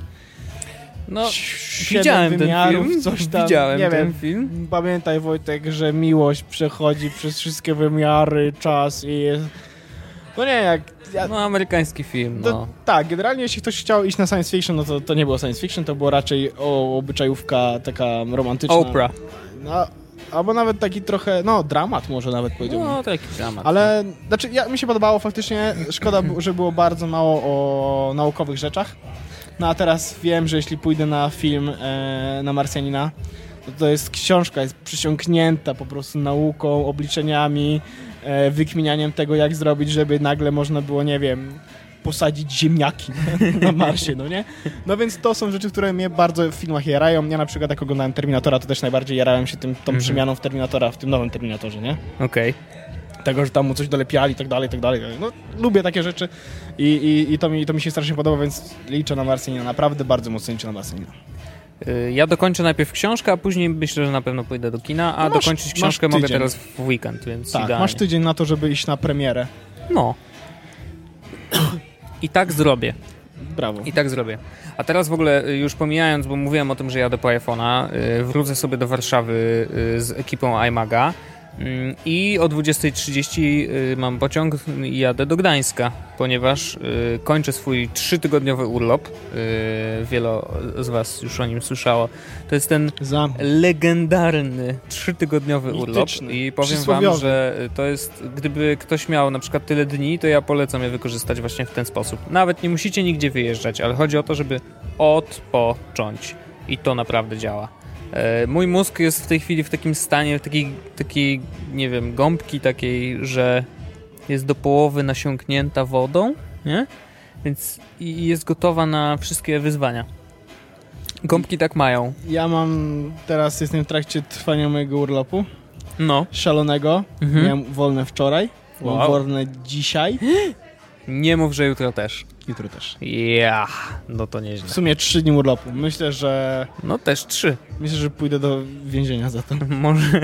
No, Siedem widziałem ten wymiarów, film, coś tam, widziałem nie ten wiem. film. Pamiętaj, Wojtek, że miłość przechodzi przez wszystkie wymiary, czas i jest... No nie, jak... Ja... No, amerykański film, To, no. tak, generalnie jeśli ktoś chciał iść na science fiction, no to, to nie było science fiction, to było raczej o, obyczajówka taka romantyczna. Oprah. No, albo nawet taki trochę, no dramat może nawet powiedziałbym. No, taki dramat. Ale, znaczy, ja, mi się podobało faktycznie, szkoda, bu- że było bardzo mało o naukowych rzeczach. No a teraz wiem, że jeśli pójdę na film e, na Marsjanina, to to jest książka, jest przysiągnięta po prostu nauką, obliczeniami, e, wykminianiem tego, jak zrobić, żeby nagle można było, nie wiem, posadzić ziemniaki na Marsie, no nie? No więc to są rzeczy, które mnie bardzo w filmach jarają. Ja na przykład jak oglądałem Terminatora, to też najbardziej jarałem się tym, tą Mhm. przemianą w Terminatora, w tym nowym Terminatorze, nie? Okej. Tego, że tam mu coś dolepiali i tak dalej, i tak dalej. No, lubię takie rzeczy i, i, i to, mi, to mi się strasznie podoba, więc liczę na Marsjanina. Naprawdę bardzo mocno liczę na Marsjanina. Y, Ja dokończę najpierw książkę, a później myślę, że na pewno pójdę do kina, a No masz- dokończyć masz książkę mogę tydzień. teraz w weekend, więc Tak, idealnie. masz tydzień na to, żeby iść na premierę. No. I tak zrobię. Brawo. I tak zrobię. A teraz w ogóle y, już pomijając, bo mówiłem o tym, że jadę po iPhone'a, y, wrócę sobie do Warszawy y, z ekipą iMaga. I o dwudziestej trzydzieści mam pociąg i jadę do Gdańska, ponieważ kończę swój trzytygodniowy urlop. Wiele z was już o nim słyszało. To jest ten Zam. legendarny trzytygodniowy urlop i powiem wam, że to jest, gdyby ktoś miał na przykład tyle dni, to ja polecam je wykorzystać właśnie w ten sposób. Nawet nie musicie nigdzie wyjeżdżać, ale chodzi o to, żeby odpocząć i to naprawdę działa. Mój mózg jest w tej chwili w takim stanie, w takiej, takiej, nie wiem, gąbki takiej, że jest do połowy nasiąknięta wodą, nie? Więc i jest gotowa na wszystkie wyzwania. Gąbki tak mają. Ja mam, teraz jestem w trakcie trwania mojego urlopu. No. Szalonego. Mhm. Miałem wolne wczoraj. Wow. Mam wolne dzisiaj. Nie mów, że jutro też. Jutro też. Ja, yeah. No to nieźle. W sumie trzy dni urlopu. Myślę, że... No też trzy. Myślę, że pójdę do więzienia za to. Może...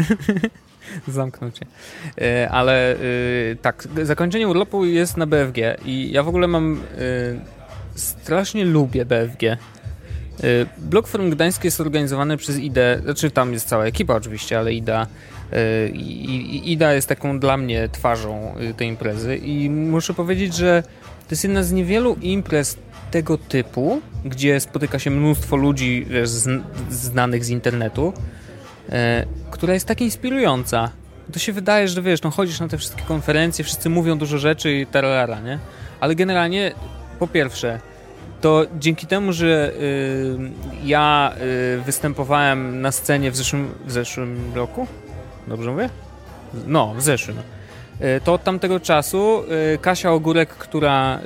Zamknął cię. E, ale e, tak, zakończenie urlopu jest na B F G i ja w ogóle mam... E, strasznie lubię B F G. E, Blog Forum Gdańsk jest organizowany przez I D E, znaczy tam jest cała ekipa oczywiście, ale I D A e, i, I D A jest taką dla mnie twarzą tej imprezy i muszę powiedzieć, że to jest jedna z niewielu imprez tego typu, gdzie spotyka się mnóstwo ludzi, wiesz, z, znanych z internetu, e, która jest tak inspirująca. To się wydaje, że wiesz, no chodzisz na te wszystkie konferencje, wszyscy mówią dużo rzeczy i tarara, nie? Ale generalnie, po pierwsze, to dzięki temu, że y, ja y, występowałem na scenie w zeszłym, w zeszłym roku, dobrze mówię? No, w zeszłym. To od tamtego czasu Kasia Ogórek, która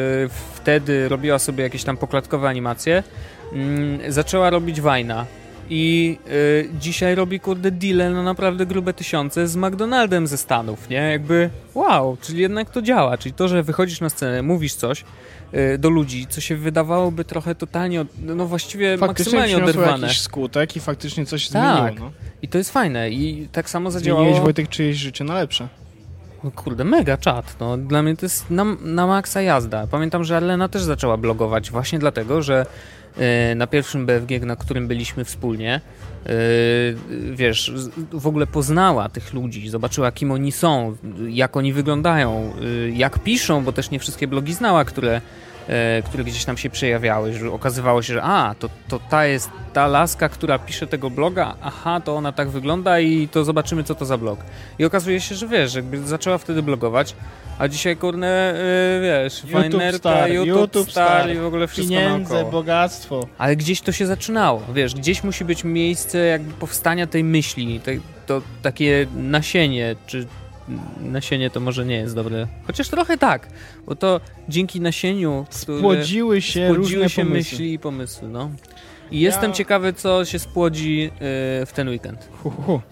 wtedy robiła sobie jakieś tam poklatkowe animacje, zaczęła robić Vine'a i dzisiaj robi kurde deale na naprawdę grube tysiące z McDonaldem ze Stanów, nie? Jakby wow, czyli jednak to działa, czyli to, że wychodzisz na scenę, mówisz coś do ludzi, co się wydawałoby trochę totalnie, no właściwie faktycznie maksymalnie oderwane. jakiś skutek i faktycznie coś się tak. zmieniło. No. I to jest fajne i tak samo zadziałało... Zmieniłeś, Wojtek, czyjeś życie na lepsze. No kurde, mega czad. No, dla mnie to jest na, na maksa jazda. Pamiętam, że Arlena też zaczęła blogować właśnie dlatego, że yy, na pierwszym B F G, na którym byliśmy wspólnie, yy, wiesz, w ogóle poznała tych ludzi, zobaczyła, kim oni są, jak oni wyglądają, yy, jak piszą, bo też nie wszystkie blogi znała, które które gdzieś tam się przejawiały, że okazywało się, że a, to, to ta jest ta laska, która pisze tego bloga, aha, to ona tak wygląda i to zobaczymy, co to za blog. I okazuje się, że wiesz, jakby zaczęła wtedy blogować, a dzisiaj, kurne, yy, wiesz, fajnerka, YouTube, YouTube star, star i w ogóle wszystko pieniądze, naokoło. Bogactwo. Ale gdzieś to się zaczynało, wiesz, gdzieś musi być miejsce jakby powstania tej myśli, te, to takie nasienie, czy nasienie to może nie jest dobre. Chociaż trochę tak, bo to dzięki nasieniu spłodziły się spłodziły różne się pomysły. myśli i pomysły, no. I jestem ja... ciekawy, ciekawy, co się spłodzi yy, w ten weekend. Hu, hu, hu.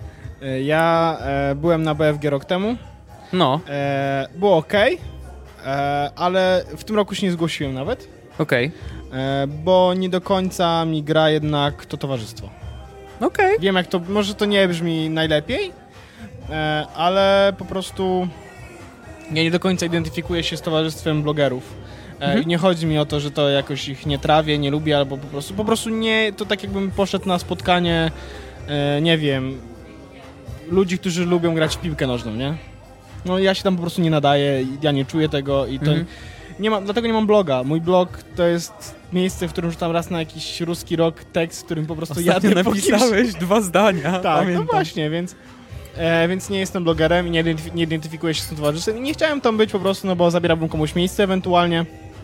Ja e, byłem na B F G rok temu. No. E, było okej, okay, ale w tym roku się nie zgłosiłem nawet. Okej. Okay. Bo nie do końca mi gra jednak to towarzystwo. Okej. Okay. Wiem, jak to, może to nie brzmi najlepiej, ale po prostu ja nie do końca identyfikuję się z towarzystwem blogerów. Mhm. I nie chodzi mi o to, że to jakoś ich nie trawię, nie lubię, albo po prostu, po prostu nie, to tak jakbym poszedł na spotkanie, nie wiem, ludzi, którzy lubią grać w piłkę nożną, nie? No ja się tam po prostu nie nadaję, ja nie czuję tego i to... Mhm. Nie ma, dlatego nie mam bloga. Mój blog to jest miejsce, w którym rzucam raz na jakiś ruski rok tekst, w którym po prostu Ostatnio jadę napisałeś po kimś... dwa zdania. Tak, pamiętam. no właśnie, więc... E, więc nie jestem blogerem i nie, identyf- nie identyfikuję się z tym towarzystwem i nie chciałem tam być po prostu, no bo zabierałbym komuś miejsce ewentualnie.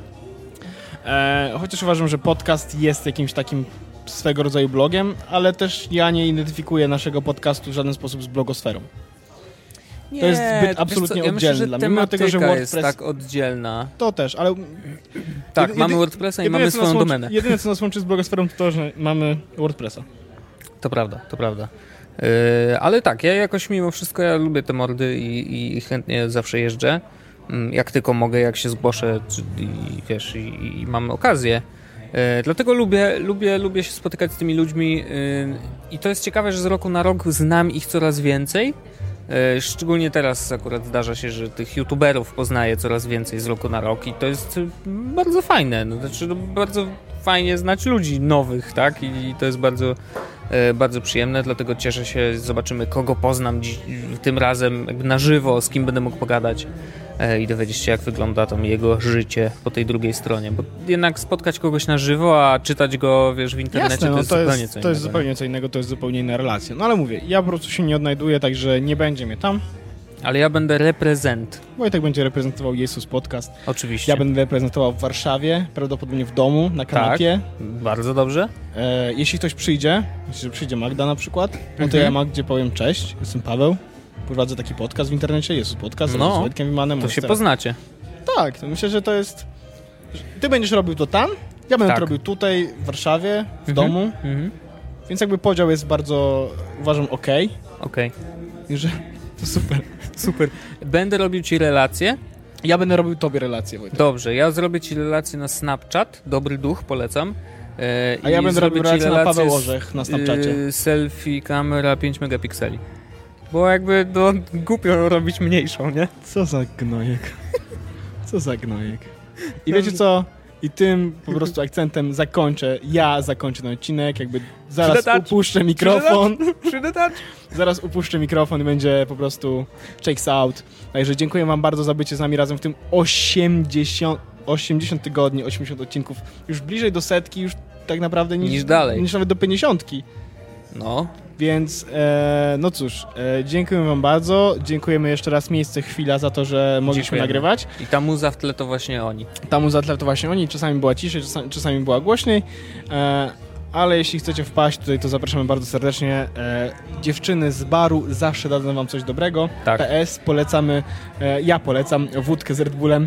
E, chociaż uważam, że podcast jest jakimś takim swego rodzaju blogiem, ale też ja nie identyfikuję naszego podcastu w żaden sposób z blogosferą. Nie, to jest zbyt absolutnie co, ja oddzielne myślę, dla mnie. Mimo tego, że WordPress jest tak oddzielna. To też, ale... Tak, jedy, mamy WordPressa i mamy swoją łączy, domenę. Jedyne, co nas łączy z blogosferą, to to, że mamy WordPressa. To prawda, to prawda. Yy, ale tak, ja jakoś mimo wszystko ja lubię te mordy i, i chętnie zawsze jeżdżę. Yy, jak tylko mogę, jak się zgłoszę i, wiesz, i, i mam okazję. Yy, dlatego lubię, lubię, lubię się spotykać z tymi ludźmi yy, i to jest ciekawe, że z roku na rok znam ich coraz więcej. Yy, szczególnie teraz akurat zdarza się, że tych youtuberów poznaję coraz więcej z roku na rok i to jest bardzo fajne. No, znaczy, no, bardzo fajnie znać ludzi nowych, tak? I, i to jest bardzo bardzo przyjemne, dlatego cieszę się, zobaczymy, kogo poznam dziś, tym razem jakby na żywo, z kim będę mógł pogadać i dowiedzieć się, jak wygląda tam jego życie po tej drugiej stronie, bo jednak spotkać kogoś na żywo, a czytać go, wiesz, w internecie. Jasne, no, to jest to zupełnie jest, co innego. To jest zupełnie co innego, to jest zupełnie inna relacja. No ale mówię, ja po prostu się nie odnajduję, także nie będzie mnie tam. Ale ja będę reprezent. Wojtek będzie reprezentował Jesus Podcast. Oczywiście. Ja będę reprezentował w Warszawie, prawdopodobnie w domu, na kanapie. Tak, bardzo dobrze. E, jeśli ktoś przyjdzie, myślę, że przyjdzie Magda na przykład, no to Mhm. ja Magdzie powiem cześć, jestem Paweł, prowadzę taki podcast w internecie, Jesus Podcast, No, z Wojtkiem Wimanem. To się teraz. poznacie. Tak, to myślę, że to jest... Ty będziesz robił to tam, ja będę Tak. to robił tutaj, w Warszawie, w Mhm. domu, Mhm. więc jakby podział jest bardzo, uważam, okej. Okej. I że to super. Super. Będę robił ci relacje. Ja będę robił tobie relacje, Wojtek. Dobrze, ja zrobię ci relacje na Snapchat. Dobry duch, polecam. E, A ja i będę zrobię robił ci relacje na relacje Paweł z, Orzech na Snapchacie. y, selfie, kamera pięć megapikseli. Bo jakby no, głupio robić mniejszą, nie? Co za gnojek. Co za gnojek. I wiecie co? I tym po prostu akcentem zakończę, ja zakończę ten odcinek, jakby zaraz Przydetacz. upuszczę mikrofon. Przydetacz. Zaraz upuszczę mikrofon i będzie po prostu checks out. Także dziękuję wam bardzo za bycie z nami razem w tym osiemdziesiąt, osiemdziesiąt tygodni, osiemdziesiąt odcinków. Już bliżej do setki, już tak naprawdę niż, Niż dalej. niż nawet do pięćdziesiątki. No. Więc e, no cóż, e, dziękujemy wam bardzo. Dziękujemy jeszcze raz Miejsce Chwila za to, że mogliśmy Dziękujemy. nagrywać. I ta muza w tle to właśnie oni. Tam u Zatlew to właśnie oni, czasami była ciszej, czasami, czasami była głośniej, e, ale jeśli chcecie wpaść tutaj, to zapraszamy bardzo serdecznie. E, dziewczyny z baru zawsze dadzą wam coś dobrego. Tak. P S polecamy, e, ja polecam wódkę z Red Bullem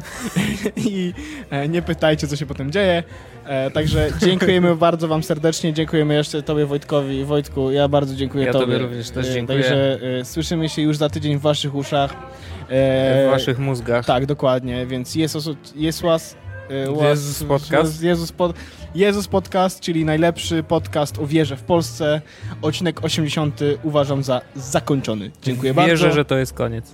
i e, nie pytajcie, co się potem dzieje. E, także dziękujemy bardzo wam serdecznie, dziękujemy jeszcze tobie, Wojtkowi. Wojtku, ja bardzo dziękuję Ja tobie. tobie również też E, dziękuję. Także e, słyszymy się już za tydzień w waszych uszach. E, W waszych mózgach. tak, dokładnie, więc Jezus, Jezus, Jezus Podcast. Jezus, pod, Jezus Podcast, czyli najlepszy podcast o wierze w Polsce. Odcinek osiemdziesiąty uważam za zakończony. Dziękuję bardzo. Wierzę, że to jest koniec.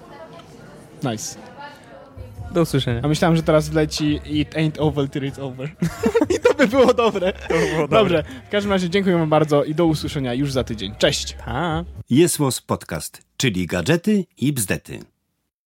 Nice. Do usłyszenia. A myślałem, że teraz wleci It ain't over till it's over. I to by było dobre. To było Dobrze, w każdym razie dziękuję wam bardzo i do usłyszenia już za tydzień. Cześć. Pa. Jesłos Podcast, czyli gadżety i bzdety.